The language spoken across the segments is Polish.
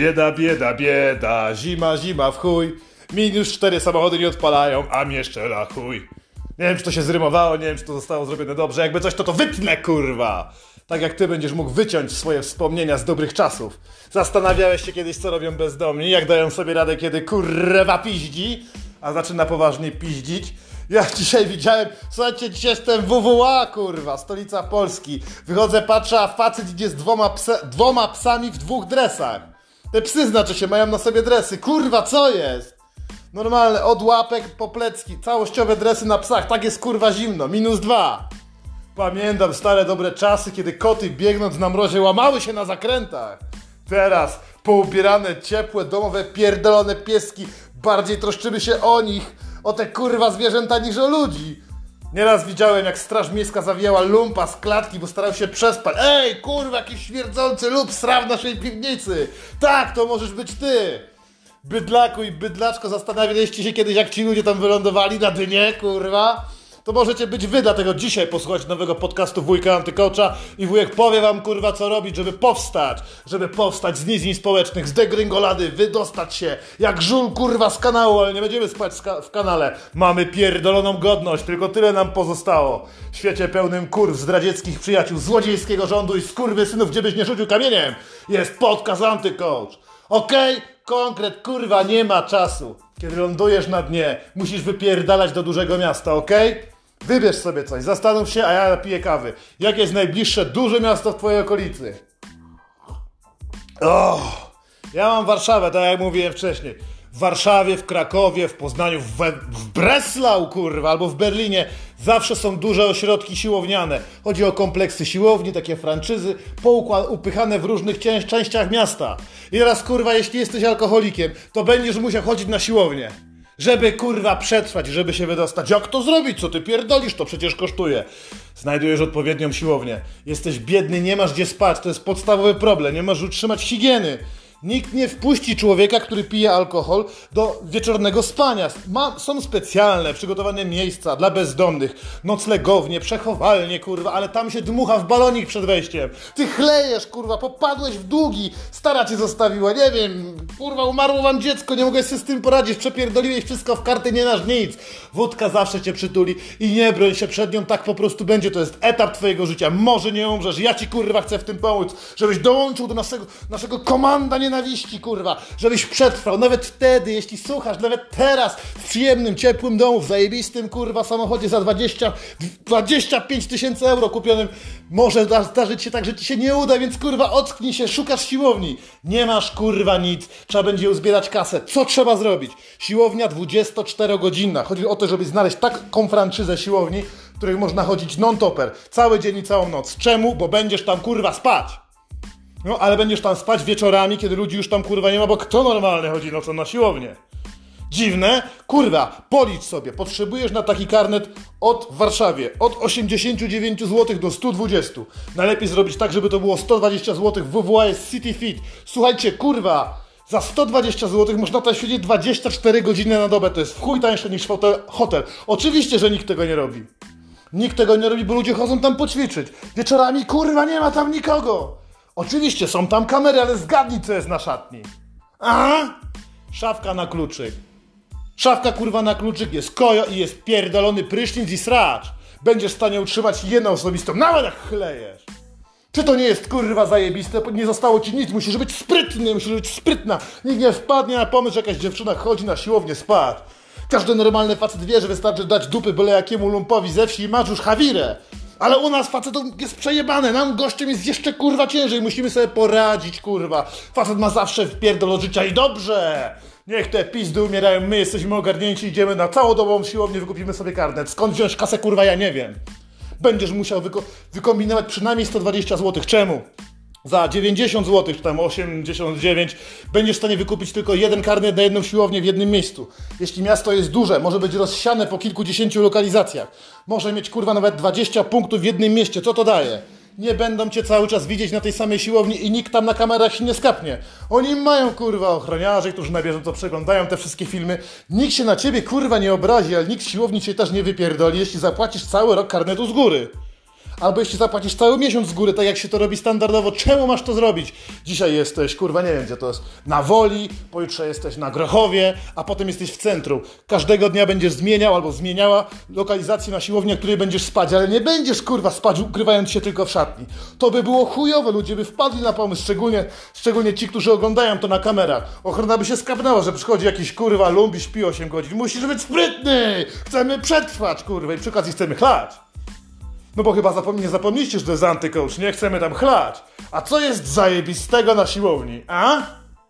Bieda, bieda, bieda, zima, zima w chuj. -4 samochody nie odpalają, a mnie szczela chuj. Nie wiem, czy to się zrymowało, nie wiem, czy to zostało zrobione dobrze. Jakby coś, to wytnę, kurwa. Tak jak ty będziesz mógł wyciąć swoje wspomnienia z dobrych czasów. Zastanawiałeś się kiedyś, co robią bezdomni, jak dają sobie radę, kiedy kurwa piździ, a zaczyna poważnie piździć. Ja dzisiaj widziałem, słuchajcie, dzisiaj jestem WWA, kurwa, stolica Polski. Wychodzę, patrzę, a facet idzie z dwoma psami w 2 dresach. Te psy, znaczy się, mają na sobie dresy. Kurwa, co jest? Normalne, od łapek po plecki, całościowe dresy na psach. Tak jest, kurwa, zimno, -2. Pamiętam stare dobre czasy, kiedy koty biegnąc na mrozie łamały się na zakrętach. Teraz poubierane, ciepłe, domowe, pierdolone pieski. Bardziej troszczymy się o nich, o te kurwa zwierzęta, niż o ludzi. Nieraz widziałem, jak straż miejska zawijała lumpa z klatki, bo starał się przespać. Ej, kurwa, jakiś śmierdzący lub sra w naszej piwnicy. Tak, to możesz być ty. Bydlaku i bydlaczko, zastanawialiście się kiedyś, jak ci ludzie tam wylądowali na dnie, kurwa? To możecie być wy, dlatego dzisiaj posłuchać nowego podcastu Wujka Antycoacha i wujek powie wam, kurwa, co robić, żeby powstać z nizin społecznych, z degringolady, wydostać się jak żul, kurwa, z kanału, ale nie będziemy spać w kanale. Mamy pierdoloną godność, tylko tyle nam pozostało. W świecie pełnym kurw, zdradzieckich przyjaciół, złodziejskiego rządu i skurwysynów, gdzie byś nie rzucił kamieniem, jest podcast Antycoach. Okej? Konkret, kurwa, nie ma czasu. Kiedy lądujesz na dnie, musisz wypierdalać do dużego miasta, okej? Wybierz sobie coś, zastanów się, a ja napiję kawy. Jakie jest najbliższe duże miasto w twojej okolicy? Ja mam Warszawę, tak jak mówiłem wcześniej. W Warszawie, w Krakowie, w Poznaniu, w Breslau, kurwa, albo w Berlinie zawsze są duże ośrodki siłowniane. Chodzi o kompleksy siłowni, takie franczyzy, upychane w różnych częściach miasta. I teraz, kurwa, jeśli jesteś alkoholikiem, to będziesz musiał chodzić na siłownię. Żeby, kurwa, przetrwać, żeby się wydostać. Jak to zrobić? Co ty pierdolisz? To przecież kosztuje. Znajdujesz odpowiednią siłownię. Jesteś biedny, nie masz gdzie spać. To jest podstawowy problem. Nie możesz utrzymać higieny. Nikt nie wpuści człowieka, który pije alkohol, do wieczornego spania. Są specjalne, przygotowane miejsca dla bezdomnych, noclegownie, przechowalnie, kurwa, ale tam się dmucha w balonik przed wejściem. Ty chlejesz, kurwa, popadłeś w długi, stara cię zostawiła, nie wiem, kurwa, umarło wam dziecko, nie mogłeś sobie z tym poradzić, przepierdoliłeś wszystko w karty, nie masz nic. Wódka zawsze cię przytuli i nie broń się przed nią, tak po prostu będzie, to jest etap twojego życia, może nie umrzesz, ja ci, kurwa, chcę w tym pomóc, żebyś dołączył do naszego komanda nienawiści, kurwa, żebyś przetrwał, nawet wtedy, jeśli słuchasz, nawet teraz, w przyjemnym, ciepłym domu, w zajebistym, kurwa, samochodzie za 25 000 euro kupionym, może zdarzyć się tak, że ci się nie uda, więc, kurwa, ocknij się, szukasz siłowni, nie masz, kurwa, nic, trzeba będzie uzbierać kasę, co trzeba zrobić? Siłownia 24-godzinna, chodzi o to, żeby znaleźć taką franczyzę siłowni, w której można chodzić non-topper, cały dzień i całą noc. Czemu? Bo będziesz tam, kurwa, spać. No, ale będziesz tam spać wieczorami, kiedy ludzi już tam, kurwa, nie ma, bo kto normalnie chodzi nocą na siłownię? Dziwne? Kurwa, policz sobie. Potrzebujesz na taki karnet w Warszawie od 89 zł do 120. Najlepiej zrobić tak, żeby to było 120 zł. WWA jest City Fit. Słuchajcie, kurwa, za 120 zł można tam siedzieć 24 godziny na dobę. To jest w chuj tańsze niż hotel. Oczywiście, że nikt tego nie robi. Nikt tego nie robi, bo ludzie chodzą tam poćwiczyć. Wieczorami, kurwa, nie ma tam nikogo. Oczywiście są tam kamery, ale zgadnij, co jest na szatni. Szafka na kluczyk. Szafka, kurwa, na kluczyk, jest kojo i jest pierdolony prysznic i sracz. Będziesz w stanie utrzymać jedną osobistą, nawet jak chlejesz. Czy to nie jest, kurwa, zajebiste? Nie zostało ci nic, musisz być sprytny, musisz być sprytna. Nikt nie wpadnie na pomysł, że jakaś dziewczyna chodzi na siłownię spać. Każdy normalny facet wie, że wystarczy dać dupy byle jakiemu lumpowi ze wsi i masz już hawirę. Ale u nas facetów jest przejebane, nam gościom jest jeszcze, kurwa, ciężej, musimy sobie poradzić, kurwa. Facet ma zawsze wpierdol od życia i dobrze. Niech te pizdy umierają, my jesteśmy ogarnięci, idziemy na całodobową siłownię, wykupimy sobie karnet. Skąd wziąć kasę, kurwa, ja nie wiem. Będziesz musiał wykombinować przynajmniej 120 zł. Czemu? Za 90 zł, czy tam 89, będziesz w stanie wykupić tylko jeden karnet na jedną siłownię w jednym miejscu. Jeśli miasto jest duże, może być rozsiane po kilkudziesięciu lokalizacjach. Może mieć, kurwa, nawet 20 punktów w jednym mieście. Co to daje? Nie będą cię cały czas widzieć na tej samej siłowni i nikt tam na kamerach się nie skapnie. Oni mają, kurwa, ochroniarzy, którzy na bieżąco przeglądają te wszystkie filmy. Nikt się na ciebie, kurwa, nie obrazi, ale nikt z siłowni cię też nie wypierdoli, jeśli zapłacisz cały rok karnetu z góry. Albo jeśli zapłacisz cały miesiąc z góry, tak jak się to robi standardowo, czemu masz to zrobić? Dzisiaj jesteś, kurwa, nie wiem gdzie to jest, na Woli, pojutrze jesteś na Grochowie, a potem jesteś w centrum. Każdego dnia będziesz zmieniał albo zmieniała lokalizację na siłowni, na której będziesz spać, ale nie będziesz, kurwa, spać ukrywając się tylko w szatni. To by było chujowe, ludzie by wpadli na pomysł, szczególnie ci, którzy oglądają to na kamerach. Ochrona by się skapnęła, że przychodzi jakiś, kurwa, lump i śpi 8 godzin. Musisz być sprytny! Chcemy przetrwać, kurwa, i przy okazji chcemy chlać. No bo chyba nie zapomnieliście, że to jest antycoach, nie chcemy tam chlać. A co jest zajebistego na siłowni, a?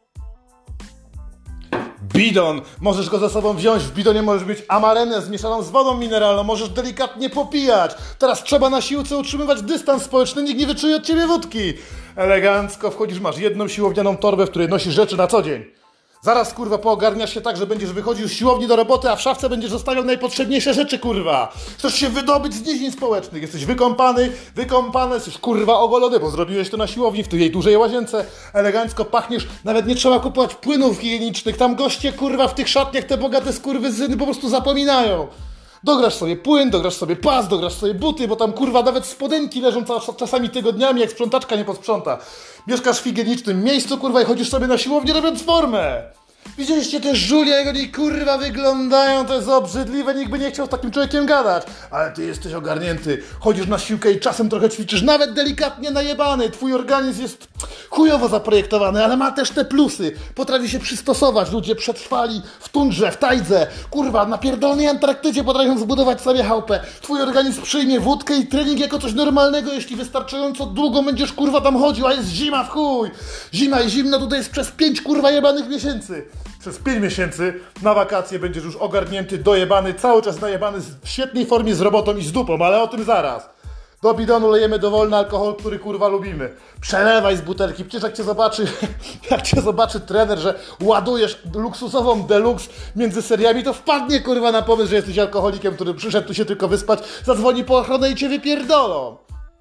Bidon. Możesz go ze sobą wziąć, w bidonie możesz mieć amarenę zmieszaną z wodą mineralną, możesz delikatnie popijać. Teraz trzeba na siłce utrzymywać dystans społeczny, nikt nie wyczuje od ciebie wódki. Elegancko wchodzisz, masz jedną siłownianą torbę, w której nosisz rzeczy na co dzień. Zaraz, kurwa, poogarniasz się tak, że będziesz wychodził z siłowni do roboty, a w szafce będziesz zostawiał najpotrzebniejsze rzeczy, kurwa. Chcesz się wydobyć z niziin społecznych. Jesteś wykąpany, jesteś, kurwa, ogolony, bo zrobiłeś to na siłowni, w tej dużej łazience. Elegancko pachniesz, nawet nie trzeba kupować płynów higienicznych. Tam goście, kurwa, w tych szatniach te bogate skurwysyny po prostu zapominają. Dograsz sobie płyn, dograsz sobie pas, dograsz sobie buty, bo tam, kurwa, nawet spodenki leżą czasami tygodniami, jak sprzątaczka nie posprząta. Mieszkasz w higienicznym miejscu, kurwa, i chodzisz sobie na siłownię, robiąc formę. Widzieliście te żulie, jak oni, kurwa, wyglądają, to jest obrzydliwe, nikt by nie chciał z takim człowiekiem gadać. Ale ty jesteś ogarnięty, chodzisz na siłkę i czasem trochę ćwiczysz, nawet delikatnie najebany. Twój organizm jest chujowo zaprojektowany, ale ma też te plusy. Potrafi się przystosować, ludzie przetrwali w tundrze, w tajdze, kurwa, na pierdolonej Antarktydzie potrafią zbudować sobie chałupę. Twój organizm przyjmie wódkę i trening jako coś normalnego, jeśli wystarczająco długo będziesz, kurwa, tam chodził, a jest zima w chuj. Zima i zimno tutaj jest przez 5, kurwa, jebanych miesięcy. Przez 5 miesięcy na wakacje będziesz już ogarnięty, dojebany, cały czas najebany, w świetnej formie z robotą i z dupą, ale o tym zaraz. Do bidonu lejemy dowolny alkohol, który, kurwa, lubimy. Przelewaj z butelki, przecież jak cię zobaczy trener, że ładujesz luksusową deluxe między seriami, to wpadnie, kurwa, na pomysł, że jesteś alkoholikiem, który przyszedł tu się tylko wyspać, zadzwoni po ochronę i cię wypierdolą.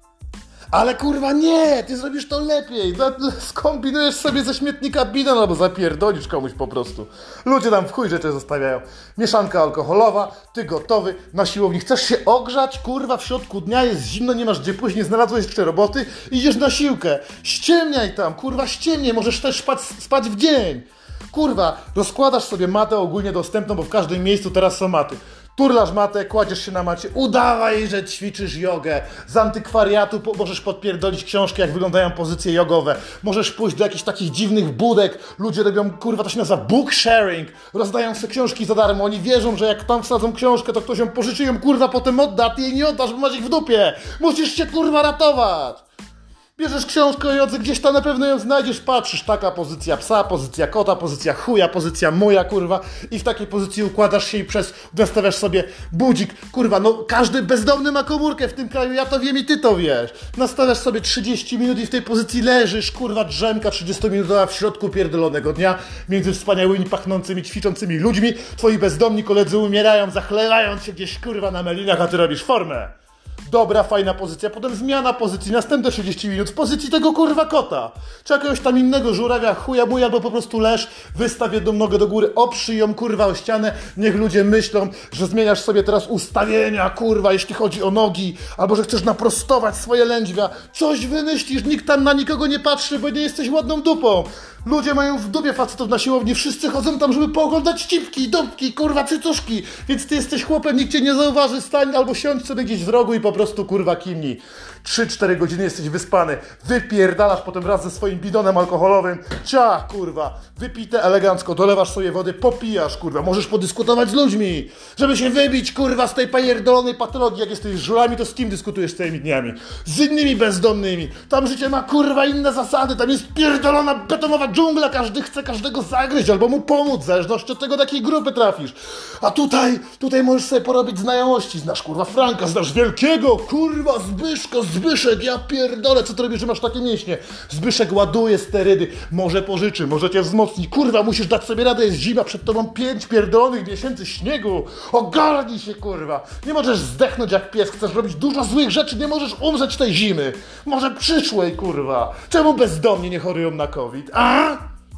Ale, kurwa, nie, ty zrobisz to lepiej, skombinujesz sobie ze śmietnika bidon albo zapierdolisz komuś po prostu. Ludzie tam w chuj rzeczy zostawiają. Mieszanka alkoholowa, ty gotowy, na siłowni chcesz się ogrzać, kurwa, w środku dnia jest zimno, nie masz gdzie pójść, nie znalazłeś jeszcze roboty, idziesz na siłkę. Ściemniaj tam, kurwa, ściemniaj, możesz też spać w dzień. Kurwa, rozkładasz sobie matę ogólnie dostępną, bo w każdym miejscu teraz są maty. Turlasz matę, kładziesz się na macie, udawaj, że ćwiczysz jogę. Z antykwariatu możesz podpierdolić książki, jak wyglądają pozycje jogowe. Możesz pójść do jakichś takich dziwnych budek. Ludzie robią, kurwa, to się nazywa book sharing. Rozdają sobie książki za darmo. Oni wierzą, że jak tam wsadzą książkę, to ktoś ją pożyczy, ją, kurwa, potem odda, a ty jej nie oddasz, bo masz ich w dupie. Musisz się, kurwa, ratować. Bierzesz książkę o jodze, gdzieś tam na pewno ją znajdziesz, patrzysz, taka pozycja psa, pozycja kota, pozycja chuja, pozycja moja, kurwa, i w takiej pozycji układasz się i nastawiasz sobie budzik, kurwa, no każdy bezdomny ma komórkę w tym kraju, ja to wiem i ty to wiesz. Nastawiasz sobie 30 minut i w tej pozycji leżysz, kurwa, drzemka 30-minutowa w środku pierdolonego dnia, między wspaniałymi, pachnącymi, ćwiczącymi ludźmi, twoi bezdomni koledzy umierają, zachlewając się gdzieś, kurwa, na melinach, a ty robisz formę. Dobra, fajna pozycja, potem zmiana pozycji, następne 30 minut w pozycji tego, kurwa, kota. Czy jakiegoś tam innego żurawia, chuja muja, albo po prostu leż, wystaw jedną nogę do góry, oprzyj ją, kurwa, o ścianę, niech ludzie myślą, że zmieniasz sobie teraz ustawienia, kurwa, jeśli chodzi o nogi, albo że chcesz naprostować swoje lędźwia. Coś wymyślisz, nikt tam na nikogo nie patrzy, bo nie jesteś ładną dupą. Ludzie mają w dupie facetów na siłowni, wszyscy chodzą tam, żeby pooglądać cipki, dupki, kurwa, cycuszki. Więc ty jesteś chłopem, nikt cię nie zauważy, stań albo siądź sobie gdzieś w rogu i po prostu, kurwa, kimnij. 3-4 godziny jesteś wyspany, wypierdalasz potem wraz ze swoim bidonem alkoholowym, ciach, kurwa, wypite elegancko, dolewasz sobie wody, popijasz, kurwa, możesz podyskutować z ludźmi, żeby się wybić, kurwa, z tej pierdolonej patologii. Jak jesteś z żulami, to z kim dyskutujesz całymi dniami? Z innymi bezdomnymi. Tam życie ma, kurwa, inne zasady, tam jest pierdolona betonowa dżungla, każdy chce każdego zagryźć albo mu pomóc, w zależności od tego, do jakiej grupy trafisz. A tutaj możesz sobie porobić znajomości, znasz, kurwa, Franka, znasz Wielkiego, kurwa, Zbyszek, ja pierdolę, co ty robisz, że masz takie mięśnie? Zbyszek ładuje sterydy, może pożyczy, może cię wzmocni, kurwa, musisz dać sobie radę, jest zima, przed tobą 5 pierdolonych miesięcy śniegu, ogarnij się, kurwa, nie możesz zdechnąć jak pies, chcesz robić dużo złych rzeczy, nie możesz umrzeć tej zimy, może przyszłej, kurwa, czemu bezdomni nie chorują na COVID, a?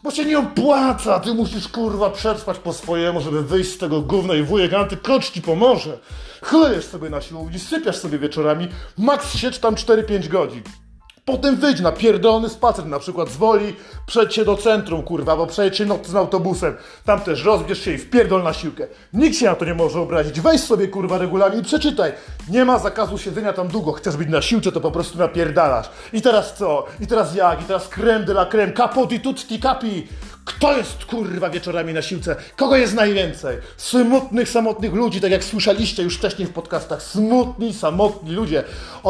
Bo się nie opłaca, ty musisz kurwa przetrwać po swojemu, żeby wyjść z tego gówna i wujek antykoć ci pomoże. Chlejesz sobie na siłowni, sypiasz sobie wieczorami, max siedź tam 4-5 godzin. Potem wyjdź na pierdolony spacer, na przykład z Woli, przejdź się do centrum, kurwa, bo przejdź się nocnym autobusem. Tam też rozbierz się i wpierdol na siłkę. Nikt się na to nie może obrazić. Weź sobie, kurwa, regulamin i przeczytaj. Nie ma zakazu siedzenia tam długo. Chcesz być na siłce, to po prostu napierdalasz. I teraz co? I teraz jak? I teraz creme de la creme, capo di tutti capi. Kto jest, kurwa, wieczorami na siłce? Kogo jest najwięcej? Smutnych, samotnych ludzi, tak jak słyszeliście już wcześniej w podcastach. Smutni, samotni ludzie. O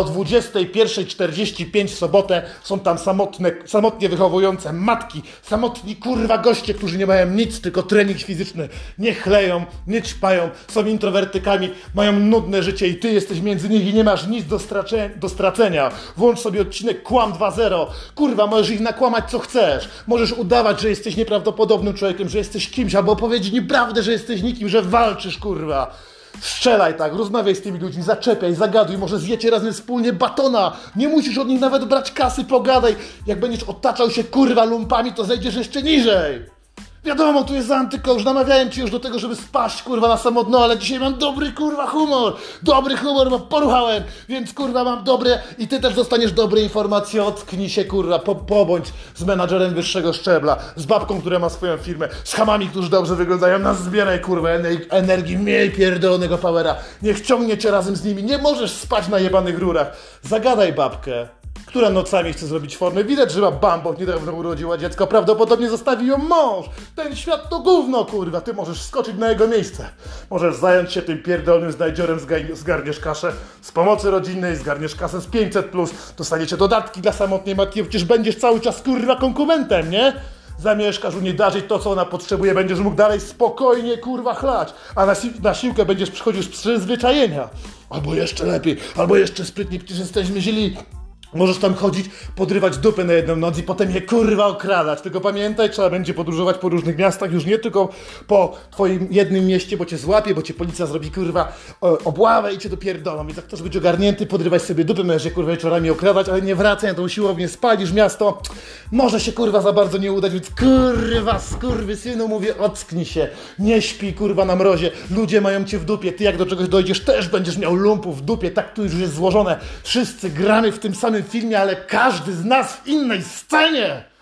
21:45 w sobotę są tam samotnie wychowujące matki. Samotni, kurwa, goście, którzy nie mają nic, tylko trening fizyczny. Nie chleją, nie ćpają, są introwertykami, mają nudne życie i ty jesteś między nich i nie masz nic do stracenia. Włącz sobie odcinek Kłam 2.0. Kurwa, możesz ich nakłamać co chcesz. Możesz udawać, że jesteś nieprawdopodobnym człowiekiem, że jesteś kimś, albo powiedzieć nieprawdę, że jesteś nikim, że walczysz, kurwa. Strzelaj tak, rozmawiaj z tymi ludźmi, zaczepiaj, zagaduj, może zjecie razem wspólnie batona. Nie musisz od nich nawet brać kasy, pogadaj. Jak będziesz otaczał się, kurwa, lumpami, to zejdziesz jeszcze niżej. Wiadomo, tu jest antykosz, namawiałem cię już do tego, żeby spaść, kurwa, na samotno, ale dzisiaj mam dobry, kurwa, humor. Dobry humor, bo poruchałem, więc, kurwa, mam dobre i ty też dostaniesz dobre informacje, ocknij się, kurwa, pobądź z menadżerem wyższego szczebla, z babką, która ma swoją firmę, z chamami, którzy dobrze wyglądają, nazbieraj, kurwa, energii, miej pierdolonego powera, niech ciągnie cię razem z nimi, nie możesz spać na jebanych rurach, zagadaj babkę, która nocami chce zrobić formę. Widać, że ma bambok, niedawno urodziła dziecko, prawdopodobnie zostawi ją mąż. Ten świat to gówno, kurwa, ty możesz skoczyć na jego miejsce. Możesz zająć się tym pierdolnym znajdziorem, zgarniesz kaszę z pomocy rodzinnej, zgarniesz kasę z 500+, dostaniecie dodatki dla samotnej matki, przecież będziesz cały czas, kurwa, konkumentem, nie? Zamieszkasz u niej darzyć to, co ona potrzebuje, będziesz mógł dalej spokojnie, kurwa, chlać, a na siłkę będziesz przychodził z przyzwyczajenia. Albo jeszcze lepiej, albo jeszcze sprytniej, przecież jesteśmy źli. Możesz tam chodzić, podrywać dupę na jedną noc i potem je, kurwa, okradać. Tylko pamiętaj, trzeba będzie podróżować po różnych miastach, już nie tylko po twoim jednym mieście, bo cię złapie, bo cię policja zrobi, kurwa, obławę i cię dopierdolą. Więc jak chcesz być ogarnięty, podrywać sobie dupę, możesz się, kurwa, wieczorami okradać, ale nie wracaj na tą siłownię, spalisz miasto. Może się, kurwa, za bardzo nie udać, więc, kurwa, skurwysynu, mówię, ocknij się. Nie śpi, kurwa, na mrozie. Ludzie mają cię w dupie. Ty jak do czegoś dojdziesz, też będziesz miał lumpów w dupie. Tak tu już jest złożone. Wszyscy gramy w tym samym filmie, ale każdy z nas w innej scenie!